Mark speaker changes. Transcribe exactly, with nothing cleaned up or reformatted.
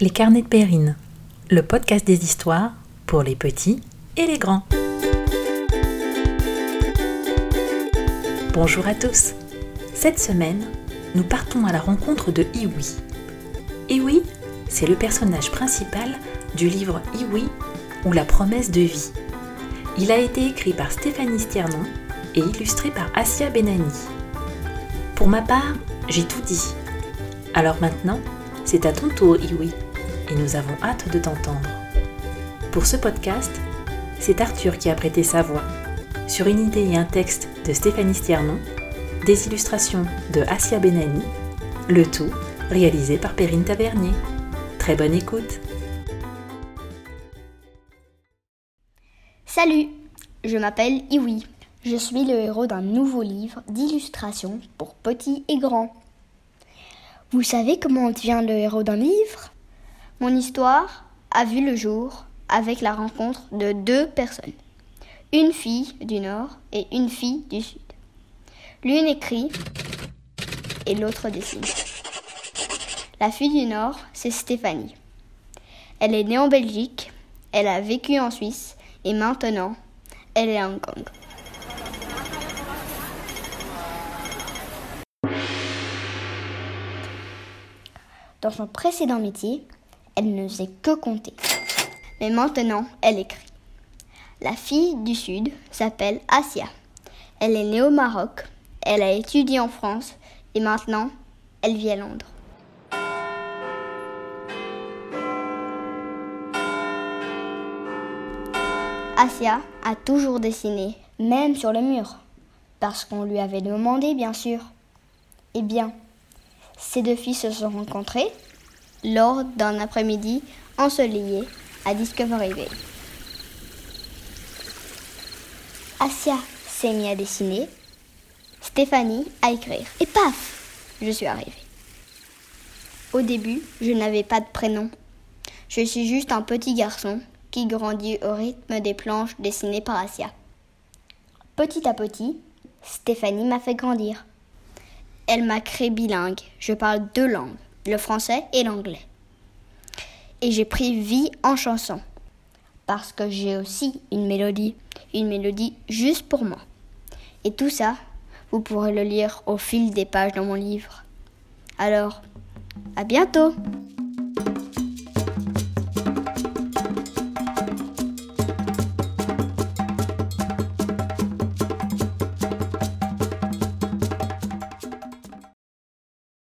Speaker 1: Les carnets de Perrine, le podcast des histoires pour les petits et les grands. Bonjour à tous. Cette semaine, nous partons à la rencontre de Iwi. Iwi, c'est le personnage principal du livre Iwi ou la promesse de vie. Il a été écrit par Stéphanie Stiernon et illustré par Assia Benani. Pour ma part, j'ai tout dit. Alors maintenant, c'est à ton tour, Iwi, et nous avons hâte de t'entendre. Pour ce podcast, c'est Arthur qui a prêté sa voix, sur une idée et un texte de Stéphanie Stiernon, des illustrations de Assia Benani, le tout réalisé par Perrine Tavernier. Très bonne écoute.
Speaker 2: Salut, je m'appelle Iwi. Je suis le héros d'un nouveau livre d'illustrations pour petits et grands. Vous savez comment on devient le héros d'un livre ? Mon histoire a vu le jour avec la rencontre de deux personnes. Une fille du Nord et une fille du Sud. L'une écrit et l'autre dessine. La fille du Nord, c'est Stéphanie. Elle est née en Belgique, elle a vécu en Suisse et maintenant, elle est à Hong Kong. Dans son précédent métier, elle ne faisait que compter. Mais maintenant, elle écrit. La fille du Sud s'appelle Assia. Elle est née au Maroc, elle a étudié en France et maintenant, elle vit à Londres. Assia a toujours dessiné, même sur le mur, parce qu'on lui avait demandé, bien sûr. Eh bien, ces deux filles se sont rencontrées lors d'un après-midi ensoleillé à Discovery Bay. Assia s'est mise à dessiner, Stéphanie à écrire. Et paf, je suis arrivée. Au début, je n'avais pas de prénom. Je suis juste un petit garçon qui grandit au rythme des planches dessinées par Assia. Petit à petit, Stéphanie m'a fait grandir. Elle m'a créé bilingue. Je parle deux langues, le français et l'anglais. Et j'ai pris vie en chanson, parce que j'ai aussi une mélodie, une mélodie juste pour moi. Et tout ça, vous pourrez le lire au fil des pages dans mon livre. Alors, à bientôt!